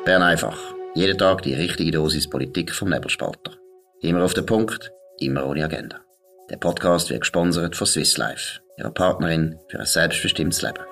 Bern einfach. Jeden Tag die richtige Dosis Politik vom Nebelspalter. Immer auf den Punkt, immer ohne Agenda. Der Podcast wird gesponsert von Swiss Life, ihrer Partnerin für ein selbstbestimmtes Leben.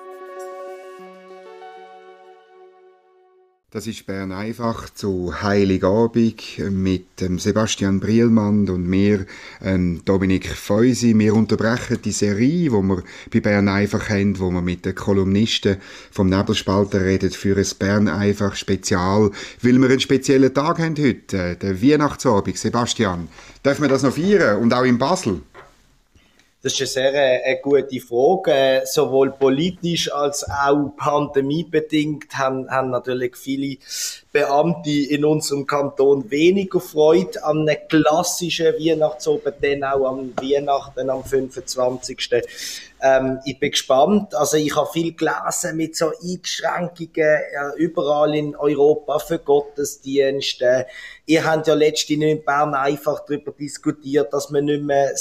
Das ist Bern einfach zu Heiligabend mit Sebastian Brielmann und mir, Dominik Feusi. Wir unterbrechen die Serie, die wir bei Bern einfach haben, wo wir mit den Kolumnisten vom Nebelspalter reden für ein Bern einfach Spezial, weil wir einen speziellen Tag haben heute, den Weihnachtsabend. Sebastian, dürfen wir das noch feiern und auch in Basel? Das ist eine sehr gute Frage. Sowohl politisch als auch pandemiebedingt haben natürlich viele Beamte in unserem Kanton weniger Freude an einem klassischen Weihnachtsabend, dann auch am Weihnachten am 25. Ich bin gespannt. Also ich habe viel gelesen mit so Einschränkungen überall in Europa für Gottesdienste. Ihr habt ja letztens in Bern einfach darüber diskutiert, dass man nicht mehr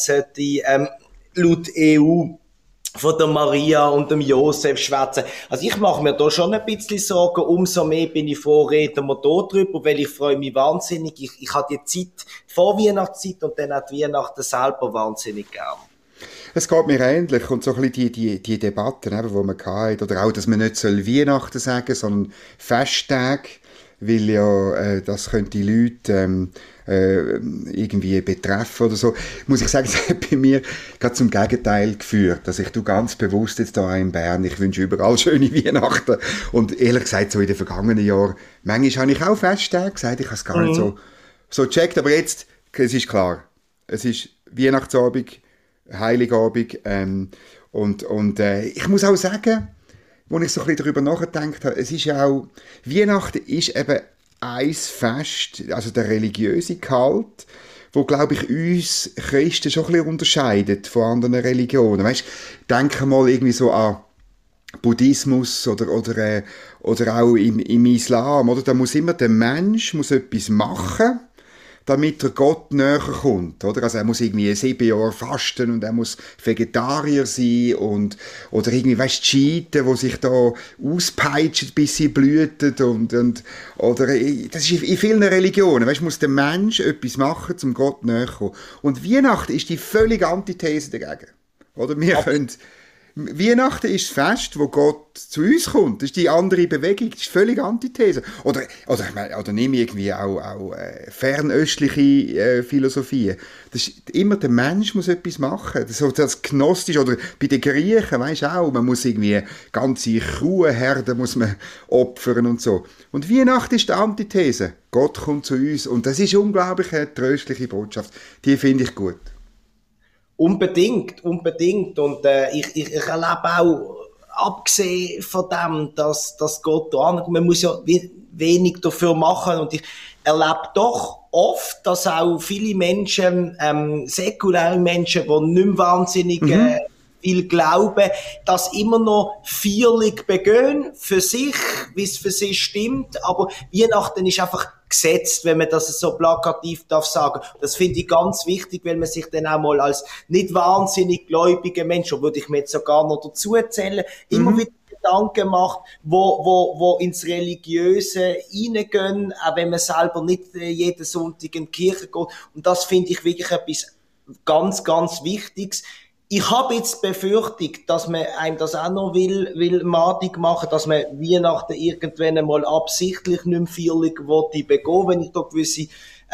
laut EU von der Maria und dem Josef schwätzen. Also ich mache mir da schon ein bisschen Sorgen, umso mehr bin ich froh, reden wir da drüber, weil ich freue mich wahnsinnig. Ich habe die Zeit, die Vorweihnachtszeit und dann auch die Weihnachten selber wahnsinnig gern. Es geht mir ähnlich und so ein bisschen die Debatten, die man hatte, oder auch, dass man nicht Weihnachten sagen soll, sondern Festtage, weil ja das könnte die Leute irgendwie betreffen oder so. Muss ich sagen, das hat bei mir gerade zum Gegenteil geführt, dass ich ganz bewusst jetzt da in Bern, ich wünsche überall schöne Weihnachten und ehrlich gesagt so in den vergangenen Jahren, manchmal habe ich auch Festtage gesagt, ich habe es gar nicht so gecheckt, aber jetzt, es ist klar, es ist Weihnachtsabend, Heiligabend und ich muss auch sagen, als ich so ein bisschen darüber nachgedacht habe, es ist ja auch, Weihnachten ist eben ein Fest, also der religiöse Gehalt, wo, glaube ich, uns Christen schon ein bisschen unterscheidet von anderen Religionen. Weißt, denke mal irgendwie so an Buddhismus oder auch im Islam, oder? Da muss immer der Mensch etwas machen, damit er Gott näher kommt, oder? Also er muss irgendwie 7 Jahre fasten und er muss Vegetarier sein oder irgendwie, weißt, cheaten, wo sich da auspeitscht, bis sie blühten oder das ist in vielen Religionen, weißt, muss der Mensch etwas machen, um Gott näher zu kommen. Und Weihnachten ist die völlige Antithese dagegen, oder? Weihnachten ist das Fest, wo Gott zu uns kommt. Das ist die andere Bewegung. Das ist völlig Antithese. Oder nehme ich irgendwie auch fernöstliche Philosophien. Das ist immer, der Mensch muss etwas machen. Das Gnostisch, oder bei den Griechen, weisst du auch, man muss irgendwie ganze Kuhherden muss man opfern und so. Und Weihnachten ist die Antithese. Gott kommt zu uns. Und das ist unglaublich eine tröstliche Botschaft. Die finde ich gut. Unbedingt. Und ich erlebe auch, abgesehen von dem, dass Gott da ankommt, man muss ja wenig dafür machen. Und ich erlebe doch oft, dass auch viele Menschen, säkuläre Menschen, die nicht mehr wahnsinnig viel glauben, das immer noch feierlich begehen, für sich, wie es für sie stimmt. Aber Weihnachten ist einfach gesetzt, wenn man das so plakativ darf sagen. Das finde ich ganz wichtig, weil man sich dann auch mal als nicht wahnsinnig gläubiger Mensch, würde ich mir jetzt sogar noch dazu erzählen, immer wieder Gedanken macht, wo ins Religiöse reingehen, auch wenn man selber nicht jeden Sonntag in die Kirche geht. Und das finde ich wirklich etwas ganz, ganz Wichtiges. Ich habe jetzt befürchtet, dass man einem das auch noch will madig machen, dass man Weihnachten irgendwann einmal absichtlich nicht mehr feierlich begehen, wenn ich da gewisse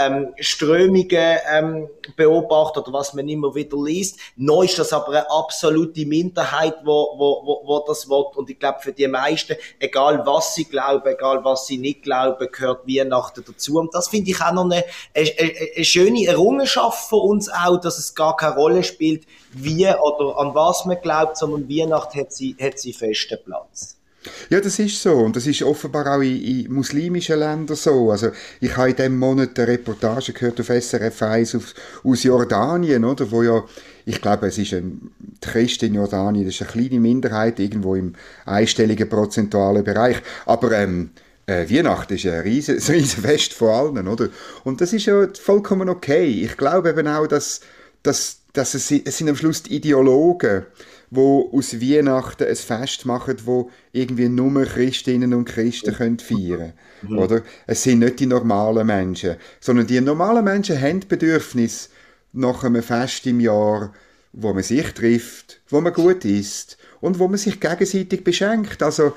Strömungen beobachte oder was man immer wieder liest. Noch ist das aber eine absolute Minderheit, wo das will. Und ich glaube, für die meisten, egal was sie glauben, egal was sie nicht glauben, gehört Weihnachten dazu. Und das finde ich auch noch eine schöne Errungenschaft von uns auch, dass es gar keine Rolle spielt, wie oder an was man glaubt, sondern Weihnachten hat sie festen Platz. Ja, das ist so. Und das ist offenbar auch in muslimischen Ländern so. Also, ich habe in diesem Monat eine Reportage gehört auf SRF 1 aus Jordanien, oder? Wo ja, ich glaube, es ist die Christen in Jordanien, das ist eine kleine Minderheit, irgendwo im einstelligen prozentualen Bereich. Aber, Weihnachten ist ein riesen Fest von allen, oder? Und das ist ja vollkommen okay. Ich glaube eben auch, dass es sind am Schluss die Ideologen, wo aus Weihnachten ein Fest machen, wo irgendwie nur Christinnen und Christen können feiern können. Oder? Es sind nicht die normalen Menschen, sondern die normalen Menschen haben Bedürfnis nach einem Fest im Jahr, wo man sich trifft, wo man gut isst und wo man sich gegenseitig beschenkt. Also,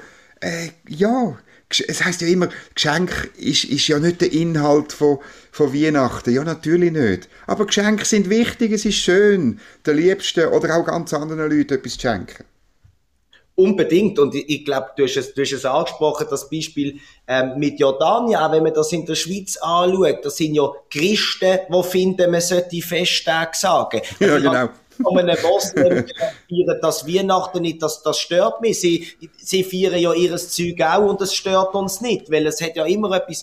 ja, es heisst ja immer, Geschenk ist ja nicht der Inhalt von Weihnachten. Ja, natürlich nicht. Aber Geschenke sind wichtig, es ist schön, den Liebsten oder auch ganz anderen Leuten etwas zu schenken. Unbedingt. Und ich glaube, du hast es angesprochen, das Beispiel mit Jordanien, auch wenn man das in der Schweiz anschaut, das sind ja Christen, die finden, man sollte Festtage sagen. Ja, genau. Von einem Moslem feiern das Weihnachten nicht, das stört mich. Sie feiern ja ihres Zeug auch und das stört uns nicht, weil es hat ja immer etwas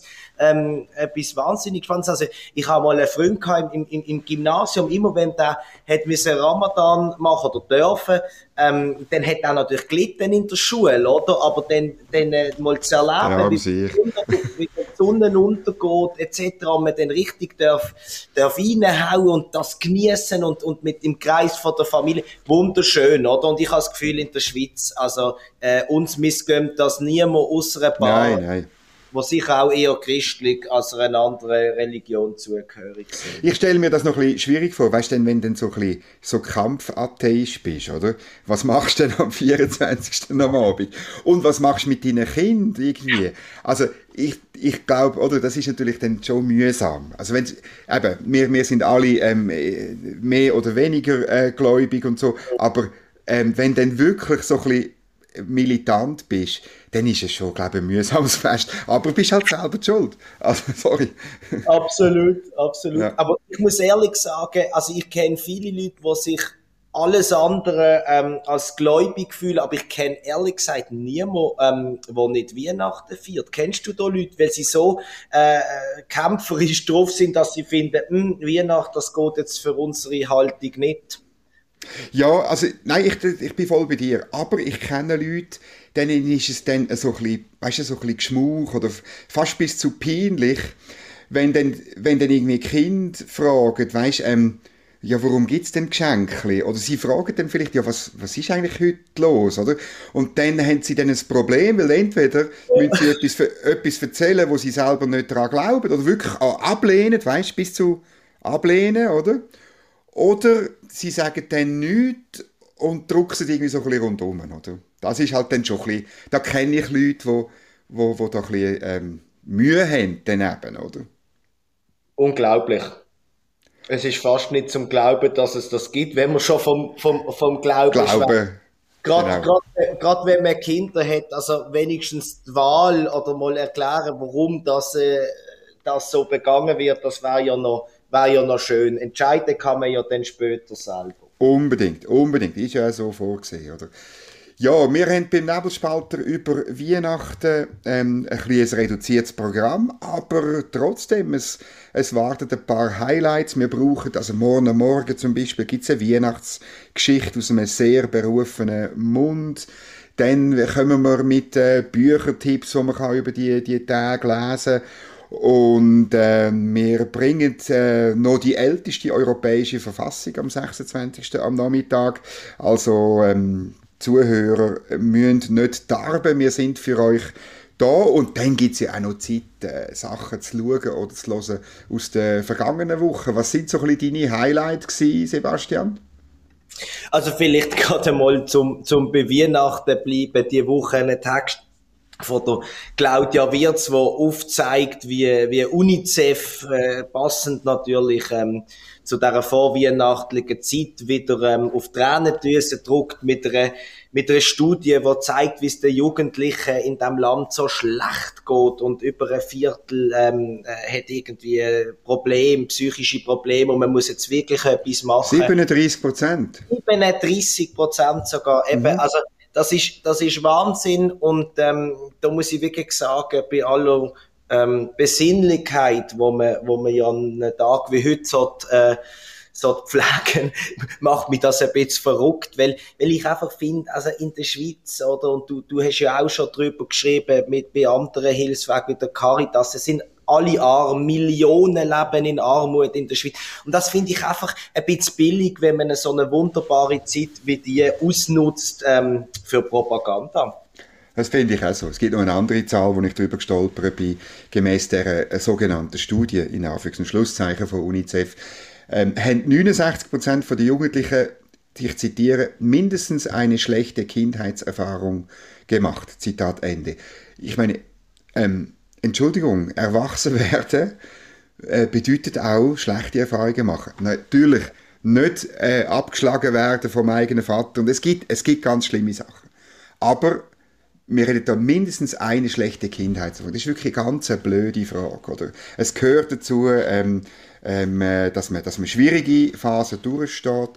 wahnsinnig Spannendes. Also, ich habe mal einen Freund gehabt im Gymnasium, immer wenn der hat müssen Ramadan machen oder dürfen, dann hat er natürlich gelitten in der Schule, oder? Aber dann mal zu erleben, wie die Sonne untergeht, etc., und man dann richtig darf reinhauen und das genießen und mit im Kreis von der Familie, wunderschön, oder? Und ich habe das Gefühl, in der Schweiz, also, uns missgönnt das niemand ausser ein paar. Nein. Die sicher auch eher christlich als einer anderen Religion zugehörig sind. Ich stelle mir das noch ein bisschen schwierig vor. Weißt du, wenn du so ein bisschen so Kampfatheist bist, oder? Was machst du denn am 24. am Abend? Und was machst du mit deinen Kindern irgendwie? Also, ich glaube, oder, das ist natürlich dann schon mühsam. Also, wir sind alle mehr oder weniger gläubig und so, aber wenn dann wirklich so ein bisschen militant bist, dann ist es schon, glaube ich, ein mühsames Fest. Aber du bist halt selber schuld. Also, sorry. Absolut. Ja. Aber ich muss ehrlich sagen, also ich kenne viele Leute, die sich alles andere als gläubig fühlen, aber ich kenne ehrlich gesagt niemanden, der nicht Weihnachten feiert. Kennst du da Leute, weil sie so kämpferisch drauf sind, dass sie finden, Weihnachten, das geht jetzt für unsere Haltung nicht? Ja, also, nein, ich bin voll bei dir. Aber ich kenne Leute, denen ist es dann so ein bisschen, weißt du, so ein bisschen Geschmauch oder fast bis zu peinlich, wenn dann irgendwie Kinder fragen, weißt ja, warum gibt's denn Geschenke? Oder sie fragen dann vielleicht, ja, was ist eigentlich heute los, oder? Und dann haben sie dann ein Problem, weil entweder müssen sie etwas erzählen, wo sie selber nicht daran glauben, oder wirklich ablehnen, weißt du, bis zu ablehnen, oder? Oder sie sagen dann nichts und drucksen irgendwie so ein bisschen rundum, oder? Das ist halt dann schon ein bisschen, da kenne ich Leute, die da ein bisschen Mühe haben daneben, oder? Unglaublich. Es ist fast nicht zum Glauben, dass es das gibt, wenn man schon vom Glauben spricht. Gerade wenn man Kinder hat, also wenigstens die Wahl oder mal erklären, warum das so begangen wird, das wäre ja noch schön. Entscheiden kann man ja dann später selber. Unbedingt. Ist ja so vorgesehen, oder? Ja, wir haben beim Nebelspalter über Weihnachten ein bisschen ein reduziertes Programm, aber trotzdem, es warten ein paar Highlights. Wir brauchen, also morgen zum Beispiel, gibt es eine Weihnachtsgeschichte aus einem sehr berufenen Mund. Dann kommen wir mit Büchertipps, die man über die Tage lesen kann. Und wir bringen noch die älteste europäische Verfassung am 26. am Nachmittag. Also Zuhörer müssen nicht darben, wir sind für euch da. Und dann gibt es ja auch noch Zeit, Sachen zu schauen oder zu hören aus den vergangenen Wochen. Was sind so ein bisschen deine Highlights gewesen, Sebastian? Also vielleicht gerade mal zum Beweihnachten bleiben, die Woche einen Text von der Claudia Wirz, wo aufzeigt, wie UNICEF passend natürlich zu dieser vorweihnachtlichen Zeit wieder auf Tränendüse drückt mit einer Studie, die zeigt, wie es den Jugendlichen in diesem Land so schlecht geht und über ein Viertel hat irgendwie psychische Probleme und man muss jetzt wirklich etwas machen. 37%. 37% sogar. Eben, also das ist Wahnsinn und da muss ich wirklich sagen, bei aller Besinnlichkeit, wo man ja an einem Tag wie heute so pflegen, macht mich das ein bisschen verrückt, weil ich einfach finde, also in der Schweiz, oder, und du hast ja auch schon drüber geschrieben, bei anderen Hilfswegen wie der Caritas, es sind alle arm, Millionen leben in Armut in der Schweiz. Und das finde ich einfach ein bisschen billig, wenn man so eine wunderbare Zeit wie die ausnutzt für Propaganda. Das finde ich auch so. Es gibt noch eine andere Zahl, wo ich darüber gestolpert bin, gemäss der sogenannten Studie, in Anführungs- und Schlusszeichen von UNICEF, haben 69% der Jugendlichen, ich zitiere, mindestens eine schlechte Kindheitserfahrung gemacht. Zitat Ende. Ich meine, Entschuldigung, erwachsen werden bedeutet auch schlechte Erfahrungen machen. Natürlich nicht abgeschlagen werden vom eigenen Vater. Und es gibt ganz schlimme Sachen. Aber wir reden da mindestens eine schlechte Kindheitserfahrung. Das ist wirklich eine ganz blöde Frage. Oder? Es gehört dazu, dass man schwierige Phasen durchsteht.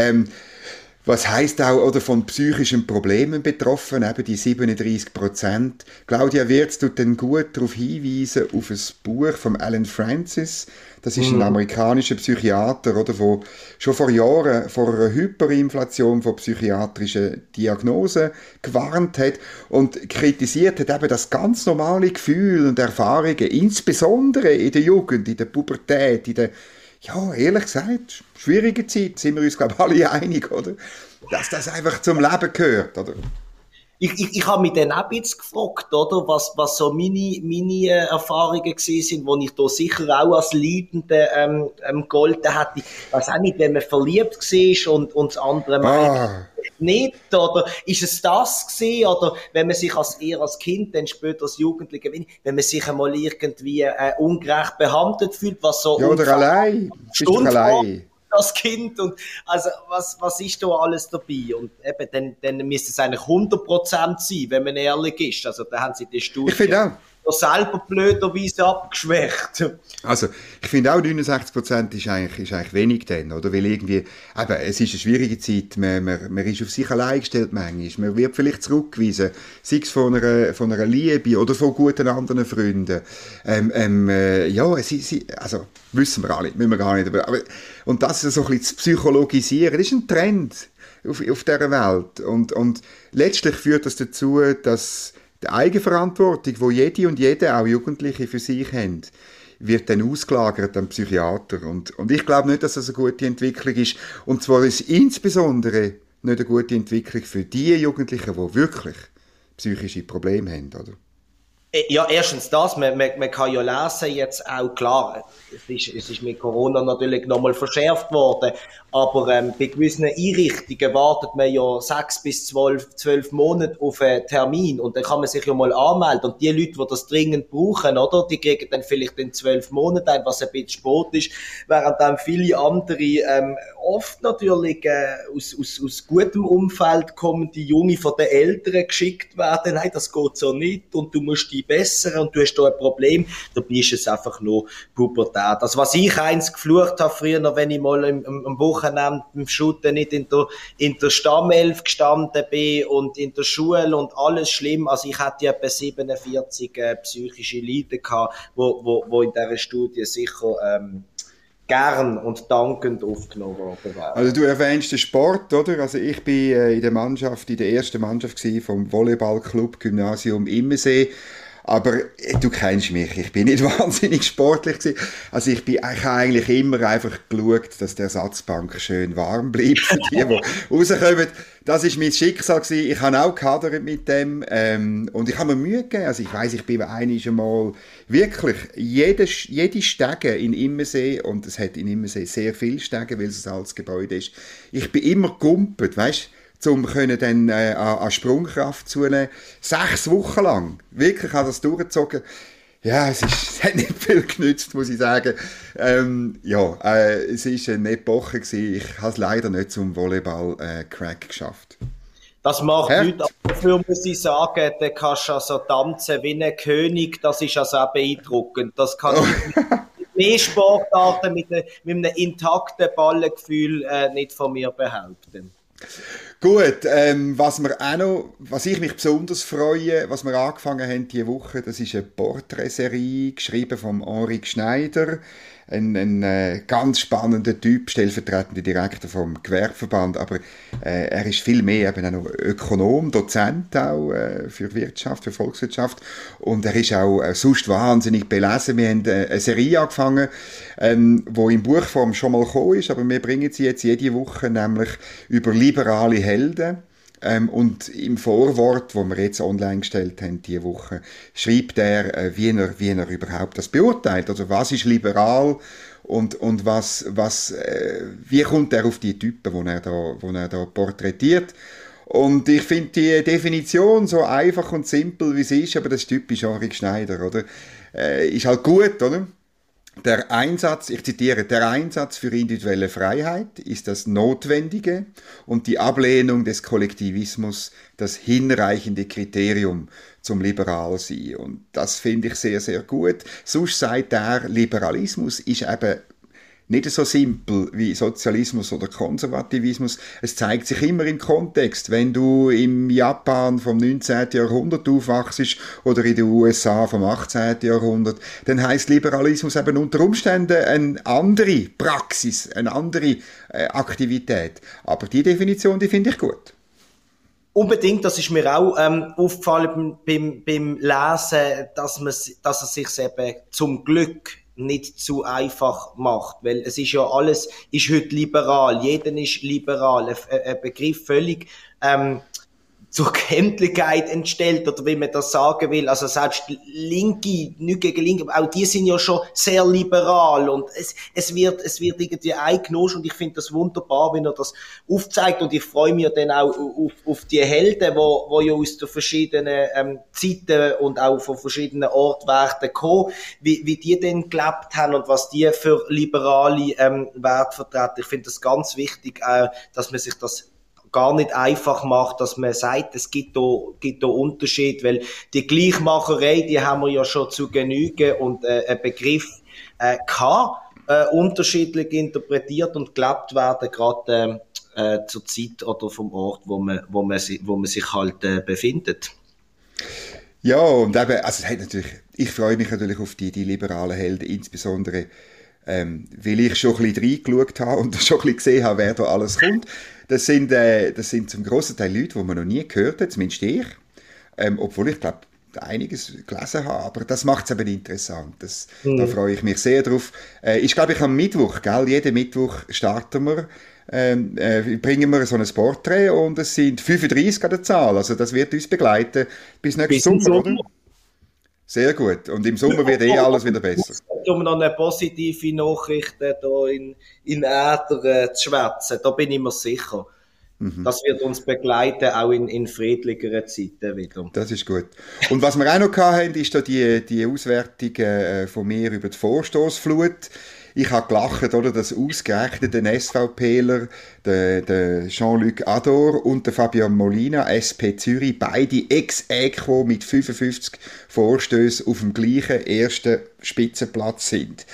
Was heisst auch, oder von psychischen Problemen betroffen, eben die 37%. Claudia Wirz tut dann gut darauf hinweisen, auf ein Buch von Alan Francis. Das ist ein amerikanischer Psychiater, oder, der schon vor Jahren vor einer Hyperinflation von psychiatrischen Diagnosen gewarnt hat und kritisiert hat eben das ganz normale Gefühl und Erfahrungen, insbesondere in der Jugend, in der Pubertät, in der, ja, ehrlich gesagt, schwierige Zeit, sind wir uns, glaube ich, alle einig, oder? Dass das einfach zum Leben gehört, oder? Ich habe mich dann auch ein bisschen gefragt, oder, was so meine Erfahrungen gewesen sind, wo ich da sicher auch als Leidende gegolten hätte. Ich weiss auch nicht, wenn man verliebt war und das andere meint nicht, oder ist es das gewesen, oder wenn man sich eher als Kind, dann später als Jugendlicher, wenn man sich einmal irgendwie ungerecht behandelt fühlt, was so... Ja, oder allein. Bist du allein? Das Kind und also was ist da alles dabei und eben dann müsste es eigentlich 100% sein, wenn man ehrlich ist. Also da haben sie die Studie ich finde auch selber blöderweise abgeschwächt. Also ich finde auch 69% ist eigentlich wenig dann, oder? Weil irgendwie, eben, es ist eine schwierige Zeit, man ist auf sich allein gestellt manchmal, man wird vielleicht zurückgewiesen, sei es von einer Liebe oder von guten anderen Freunden. Ja, also wissen wir alle, müssen wir gar nicht, aber und das so ein bisschen zu psychologisieren, das ist ein Trend auf dieser Welt und letztlich führt das dazu, dass die Eigenverantwortung, die jede und jeder, auch Jugendliche, für sich haben, wird dann ausgelagert an Psychiater. Und ich glaube nicht, dass das eine gute Entwicklung ist. Und zwar ist insbesondere nicht eine gute Entwicklung für die Jugendlichen, die wirklich psychische Probleme haben, oder? Ja, erstens das, man kann ja lesen jetzt auch, klar, es ist mit Corona natürlich nochmal verschärft worden, aber bei gewissen Einrichtungen wartet man ja 6 bis 12 Monate auf einen Termin und dann kann man sich ja mal anmelden und die Leute, die das dringend brauchen, oder, die kriegen dann vielleicht in 12 Monaten ein, was ein bisschen spät ist, während dann viele andere oft natürlich aus gutem Umfeld kommen, die Junge von den Eltern geschickt werden, nein, das geht so nicht und du musst die bessere und du hast da ein Problem, dabei ist es einfach nur Pubertät. Also was ich eins geflucht habe früher, wenn ich mal am Wochenende im Shooten nicht in der Stammelf gestanden bin und in der Schule und alles schlimm, also ich hatte ja etwa 47 psychische Leiden gehabt, wo in dieser Studie sicher gern und dankend aufgenommen worden wäre. Also du erwähnst den Sport, oder? Also ich bin in der ersten Mannschaft vom Volleyballclub Gymnasium Immersee. Aber du kennst mich, ich bin nicht wahnsinnig sportlich gewesen. Also ich habe eigentlich immer einfach geschaut, dass der Ersatzbank schön warm bleibt für die rauskommen. Das war mein Schicksal gewesen. Ich habe auch gehadert mit dem und ich habe mir Mühe gegeben. Also ich weiss, ich bin einmal wirklich jede Stege in Immersee, und es hat in Immersee sehr viele Stege, weil es ein altes Gebäude ist. Ich bin immer gumpet, weißt du? Um dann an Sprungkraft zunehmen. 6 Wochen lang. Wirklich hat das durchgezogen. Ja, es hat nicht viel genützt, muss ich sagen. Es war eine Epoche gewesen. Ich habe es leider nicht zum Volleyball-Crack geschafft. Das macht nichts, aber dafür muss ich sagen, da kannst du also tanzen wie ein König. Das ist also auch beeindruckend. Das kann mehr Sportarten mit einem intakten Ballengefühl nicht von mir behaupten. Gut, was ich mich besonders freue, was wir angefangen haben diese Woche, das ist eine Porträtserie, geschrieben von Henri Schneider. ein ganz spannender Typ, stellvertretender Direktor vom Gewerbeverband, aber er ist viel mehr eben auch noch Ökonom, Dozent auch für Wirtschaft, für Volkswirtschaft, und er ist auch sonst wahnsinnig belesen. Wir haben eine Serie angefangen, wo in Buchform schon mal gekommen ist, aber wir bringen sie jetzt jede Woche, nämlich über liberale Helden. Und im Vorwort, wo wir jetzt online gestellt haben, diese Woche, schreibt er, wie er überhaupt das beurteilt. Also was ist liberal und wie kommt er auf die Typen, die er da porträtiert. Und ich finde die Definition so einfach und simpel, wie sie ist, aber das ist typisch Henrik Schneider, oder? Ist halt gut, oder? Der Einsatz, ich zitiere, der Einsatz für individuelle Freiheit ist das Notwendige und die Ablehnung des Kollektivismus das hinreichende Kriterium zum Liberalsein. Und das finde ich sehr, sehr gut. Sonst sagt er, Liberalismus ist eben nicht so simpel wie Sozialismus oder Konservativismus. Es zeigt sich immer im Kontext. Wenn du im Japan vom 19. Jahrhundert aufwachst oder in den USA vom 18. Jahrhundert, dann heisst Liberalismus eben unter Umständen eine andere Praxis, eine andere Aktivität. Aber die Definition, die finde ich gut. Unbedingt, das ist mir auch aufgefallen beim Lesen, dass es sich eben zum Glück nicht zu einfach macht, weil es ist ja alles, ist heute liberal, jeder ist liberal, ein Begriff völlig zur Kenntlichkeit entstellt, oder wie man das sagen will. Also selbst Linke, nicht gegen Linke, auch die sind ja schon sehr liberal, und es wird irgendwie eingenommen, und ich finde das wunderbar, wenn er das aufzeigt, und ich freue mich dann auch auf die Helden, wo ja aus den verschiedenen Zeiten und auch von verschiedenen Orten werden kommen, wie die denn gelebt haben und was die für liberale Werte vertreten. Ich finde das ganz wichtig, dass man sich das gar nicht einfach macht, dass man sagt, es gibt da Unterschied, weil die Gleichmacherei, die haben wir ja schon zu Genüge, und ein Begriff kann unterschiedlich interpretiert und gelebt werden, gerade zur Zeit oder vom Ort, wo man sich halt befindet. Ja, und eben, also es hat natürlich, ich freue mich natürlich auf die liberalen Helden, insbesondere weil ich schon ein bisschen reingeschaut habe und schon ein bisschen gesehen habe, wer da alles kommt. Das sind zum grossen Teil Leute, die man noch nie gehört hat, zumindest ich. Obwohl ich glaube, einiges gelesen habe, aber das macht es eben interessant. Da freue ich mich sehr drauf. Ich glaube, am Mittwoch, gell? Jeden Mittwoch starten wir, bringen wir so ein Porträt, und es sind 35 an der Zahl. Also das wird uns begleiten bis nächsten Sommer, oder? Sehr gut. Und im Sommer wird alles wieder besser. Um noch eine positive Nachricht hier in Äther zu schwätzen, da bin ich mir sicher. Das wird uns begleiten, auch in friedlicheren Zeiten wieder. Das ist gut. Und was wir auch noch hatten, ist da die Auswertung von mir über die Vorstoßflut. Ich habe gelacht, oder, dass ausgerechnet den SVPler, der Jean-Luc Ador und der Fabian Molina, SP Zürich, beide ex aequo mit 55 Vorstößen auf dem gleichen ersten Spitzenplatz sind.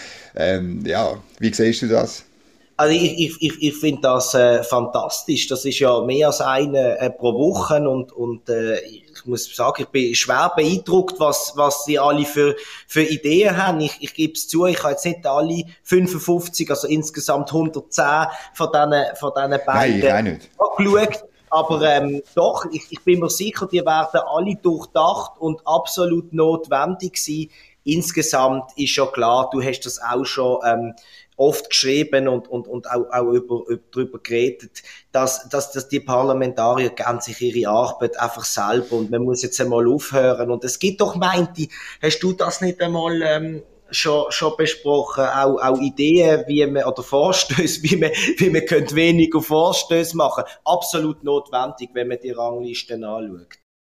Ja, wie siehst du das? Also ich finde das fantastisch. Das ist ja mehr als eine pro Woche, und ich muss sagen, ich bin schwer beeindruckt, was sie alle für Ideen haben. Ich gebe es zu, ich habe jetzt nicht alle 55, also insgesamt 110 von diesen beiden angeschaut. Aber doch, ich bin mir sicher, die werden alle durchdacht und absolut notwendig sein. Insgesamt ist ja klar, du hast das auch schon oft geschrieben und auch darüber geredet, dass die Parlamentarier gern sich ihre Arbeit einfach selber, und man muss jetzt einmal aufhören. Und es gibt doch, meinte, hast du das nicht einmal schon besprochen, auch Ideen, wie man, oder Vorstöße, wie man könnte weniger Vorstöße machen. Absolut notwendig, wenn man die Ranglisten anschaut.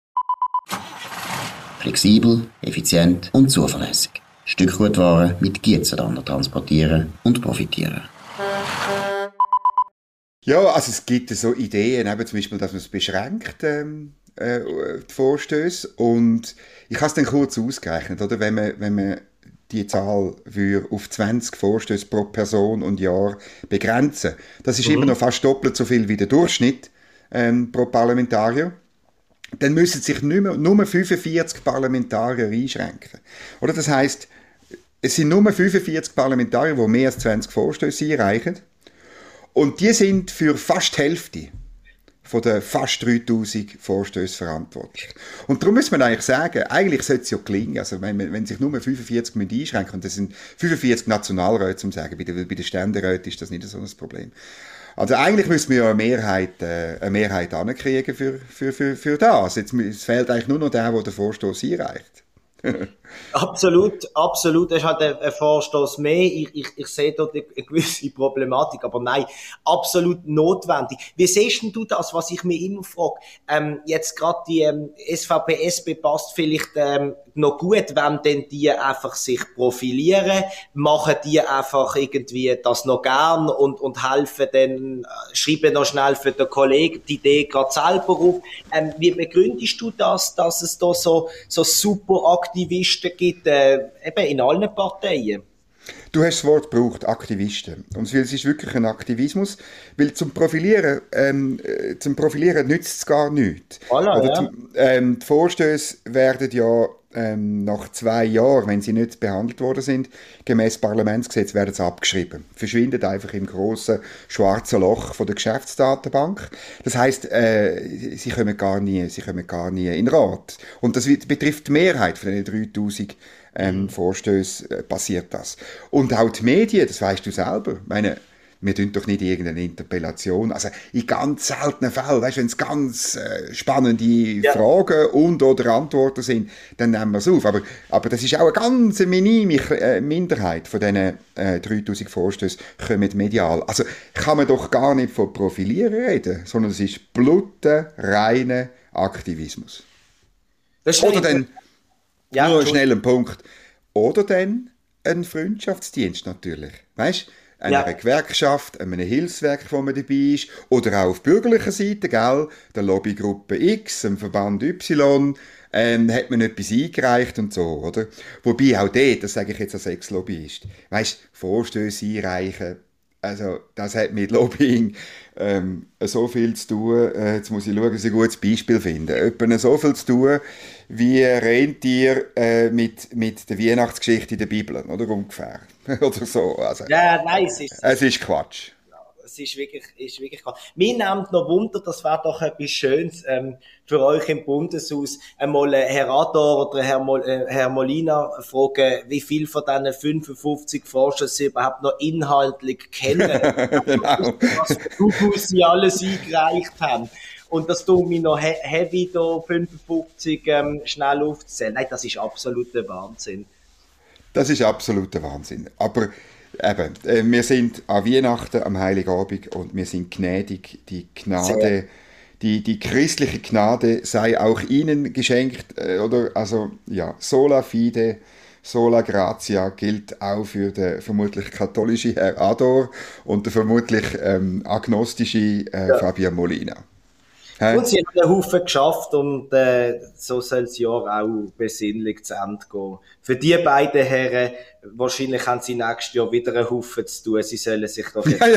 Flexibel, effizient und zuverlässig. Stückgutware mit Gietzenlander transportieren und profitieren. Ja, also es gibt so Ideen, eben zum Beispiel, dass man es beschränkt, die Vorstöße. Und ich habe es dann kurz ausgerechnet, oder? Wenn man die Zahl auf 20 Vorstöße pro Person und Jahr begrenzen. Das ist immer noch fast doppelt so viel wie der Durchschnitt pro Parlamentarier. Dann müssen sich nur 45 Parlamentarier einschränken. Oder das heisst, es sind nur 45 Parlamentarier, die mehr als 20 Vorstöße einreichen. Und die sind für fast die Hälfte von den fast 3000 Vorstößen verantwortlich. Und darum muss man eigentlich sagen, eigentlich sollte es ja gelingen. Also wenn sich nur 45 einschränken, und das sind 45 Nationalräte, um zu sagen, bei den Ständeräten ist das nicht so ein Problem. Also eigentlich müssen wir ja eine Mehrheit ankriegen für das. Jetzt es fehlt eigentlich nur noch der den Vorstoß einreicht. Absolut, absolut. Das ist halt ein Vorstoß mehr. Ich sehe dort eine gewisse Problematik, aber nein, absolut notwendig. Wie siehst denn du das, was ich mir immer frage? Jetzt gerade die SVP, SP passt vielleicht noch gut, wenn denn die einfach sich profilieren, machen die einfach irgendwie das noch gern und helfen dann, schreiben noch schnell für den Kollegen die Idee gerade selber auf. Wie begründest du das, dass es da so super Aktivisten gibt, eben in allen Parteien? Du hast das Wort gebraucht, Aktivisten. Und es ist wirklich ein Aktivismus, weil zum Profilieren nützt es gar nichts. Voilà, ja. Die Vorstöße werden ja nach 2 Jahren, wenn sie nicht behandelt worden sind, gemäß Parlamentsgesetz werden sie abgeschrieben. Verschwindet einfach im grossen schwarzen Loch von der Geschäftsdatenbank. Das heisst, sie kommen gar nie in den Rat. Und das betrifft die Mehrheit von den 3000 Vorstößen passiert das. Und auch die Medien, das weißt du selber. Ich meine, wir tun doch nicht irgendeine Interpellation. Also in ganz seltenen Fällen, weißt, wenn es ganz spannende Fragen und oder Antworten sind, dann nehmen wir es auf. Aber das ist auch eine ganz minime Minderheit von diesen 3000 Vorstößen kommen medial. Also kann man doch gar nicht von Profilieren reden, sondern es ist reiner Aktivismus. Oder dann, nur schnell ein Punkt, oder dann ein Freundschaftsdienst natürlich. Weißt du? Einer Gewerkschaft, einem Hilfswerk, wo man dabei ist, oder auch auf bürgerlicher Seite, gell, der Lobbygruppe X, dem Verband Y, hat man etwas eingereicht und so, oder? Wobei auch dort, das sage ich jetzt als Ex-Lobbyist, weißt, Vorstöße einreichen, also das hat mit Lobbying so viel zu tun, jetzt muss ich schauen, dass ich ein gutes Beispiel finde, etwa so viel zu tun, wie Rentier mit der Weihnachtsgeschichte in der Bibel, oder ungefähr, oder so. Also, ja, nein, es ist Quatsch. Es ist wirklich Quatsch. Mir nimmt noch Wunder, das wäre doch etwas Schönes für euch im Bundeshaus, einmal Herr Ador oder Herr Molina fragen, wie viel von diesen 55 Forschern sie überhaupt noch inhaltlich kennen. Genau. Was sie alles eingereicht haben. Und das tun wir noch heavy, da 55 schnell aufzuzählen. Nein, das ist absoluter Wahnsinn. Das ist absoluter Wahnsinn. Aber eben, wir sind an Weihnachten, am Heiligabend und wir sind gnädig. Die Gnade, die christliche Gnade sei auch Ihnen geschenkt. Oder, also, ja, sola fide, sola gratia gilt auch für den vermutlich katholischen Herr Ador und den vermutlich agnostischen Fabian Molina. Und sie haben einen Haufen geschafft und so soll das Jahr auch besinnlich zu Ende gehen. Für die beiden Herren, wahrscheinlich haben sie nächstes Jahr wieder einen Haufen zu tun. Sie sollen sich doch jetzt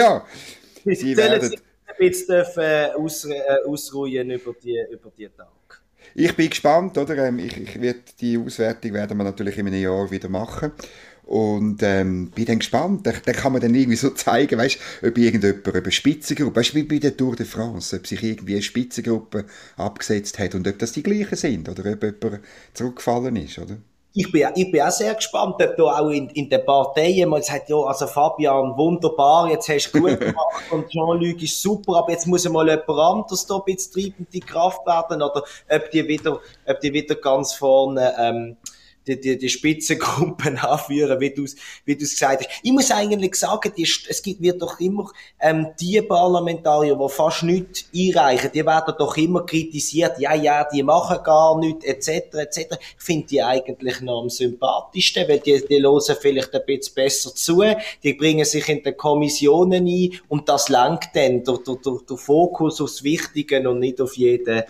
sie werden sich ein bisschen ausruhen über die Tage. Ich bin gespannt, oder? Die Auswertung werden wir natürlich in einem Jahr wieder machen. Und bin dann gespannt. Da kann man dann irgendwie so zeigen, weißt, ob irgendjemand eine Spitzengruppe, weißt, wie bei der Tour de France, ob sich irgendwie eine Spitzengruppe abgesetzt hat und ob das die gleichen sind oder ob jemand zurückgefallen ist, oder? Ich bin auch sehr gespannt, ob da auch in den Parteien man sagt, ja, also Fabian, wunderbar, jetzt hast du gut gemacht und Jean-Luc ist super, aber jetzt muss mal jemand anderes da ein bisschen treibende Kraft werden, oder ob die wieder ganz vorne, die Spitzengruppen anführen, wie du es gesagt hast. Ich muss eigentlich sagen, wird doch immer die Parlamentarier, die fast nichts einreichen, die werden doch immer kritisiert, ja, die machen gar nichts, etc. Ich finde die eigentlich noch am sympathischsten, weil die hören vielleicht ein bisschen besser zu, die bringen sich in den Kommissionen ein und das lenkt dann der Fokus aufs Wichtige und nicht auf jeden.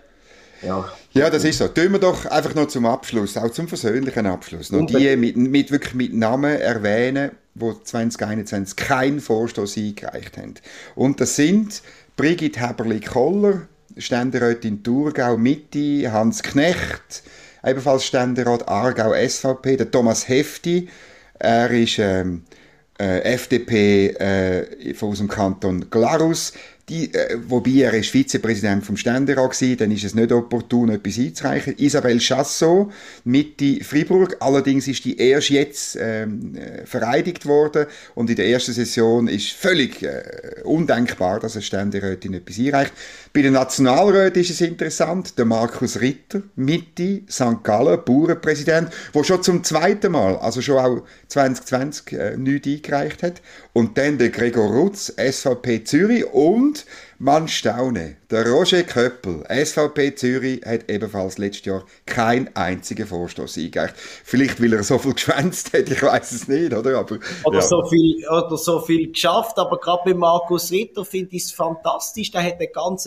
Ja, das ist so. Tun wir doch einfach noch zum Abschluss, auch zum versöhnlichen Abschluss, noch die wirklich mit Namen erwähnen, die 2021 keinen Vorstoß eingereicht haben. Und das sind Brigitte Häberli-Koller, Ständerätin Thurgau Mitte, Hans Knecht, ebenfalls Ständerat Aargau SVP, der Thomas Hefti, Er ist FDP aus dem Kanton Glarus. Wobei er ist Vizepräsident vom Ständerat war, dann ist es nicht opportun, etwas einzureichen. Isabelle Chassot, Mitte Fribourg. Allerdings ist die erst jetzt vereidigt worden und in der ersten Session ist völlig undenkbar, dass eine Ständerätin etwas einreicht. Bei den Nationalräten ist es interessant, der Markus Ritter, Mitte, St. Gallen, Bauernpräsident, der schon zum zweiten Mal, also schon auch 2020, nichts eingereicht hat. Und dann der Gregor Rutz, SVP Zürich, und man staune, der Roger Köppel, SVP Zürich, hat ebenfalls letztes Jahr keinen einzigen Vorstoß eingereicht. Vielleicht, weil er so viel geschwänzt hat, ich weiß es nicht, oder? Aber, ja. so viel geschafft, aber gerade bei Markus Ritter finde ich es fantastisch, der hat eine ganz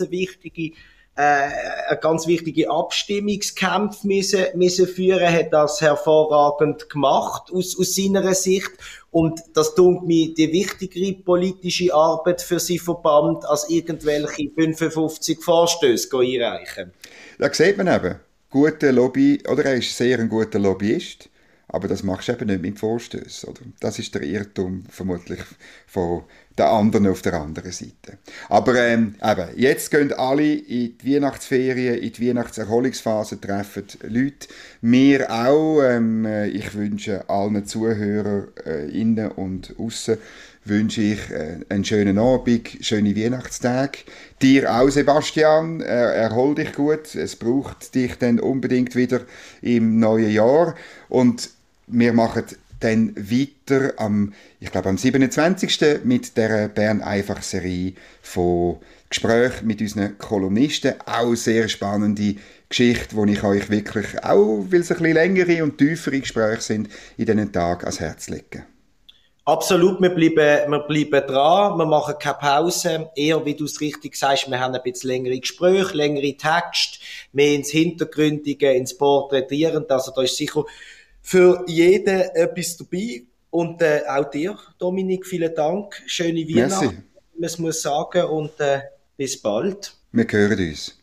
wichtige Abstimmungskämpfe müssen führen, hat das hervorragend gemacht aus seiner Sicht. Und das tut mir die wichtigere politische Arbeit für sein Verband, als irgendwelche 55 Vorstöße einreichen. Da sieht man eben, gute Lobby, oder er ist sehr ein guter Lobbyist, aber das machst du eben nicht mit Vorstößen, oder? Das ist der Irrtum vermutlich von den anderen auf der anderen Seite. Aber eben, jetzt gehen alle in die Weihnachtsferien, in die Weihnachtserholungsphase, treffen Leute. Wir auch. Ich wünsche allen Zuhörern innen und aussen wünsche ich einen schönen Abend, schöne Weihnachtstage. Dir auch, Sebastian, erhol dich gut. Es braucht dich dann unbedingt wieder im neuen Jahr. Und wir machen dann weiter am 27. mit der Bern-Einfach-Serie von Gesprächen mit unseren Kolumnisten. Auch sehr spannende Geschichte, die ich euch wirklich, auch weil es ein bisschen längere und tiefere Gespräche sind, in diesen Tagen ans Herz lege. Absolut, wir bleiben dran, wir machen keine Pause, eher, wie du es richtig sagst, wir haben ein bisschen längere Gespräche, längere Texte, mehr ins Hintergründige, ins Porträtieren, also da ist sicher für jeden etwas dabei. Und auch dir, Dominik, vielen Dank. Schöne Weihnachten, was muss sagen, und bis bald. Wir hören uns.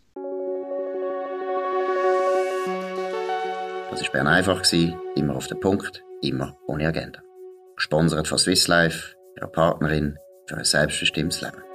Das war Bern einfach, immer auf den Punkt, immer ohne Agenda. Gesponsert von Swiss Life, ihrer Partnerin für ein selbstbestimmtes Leben.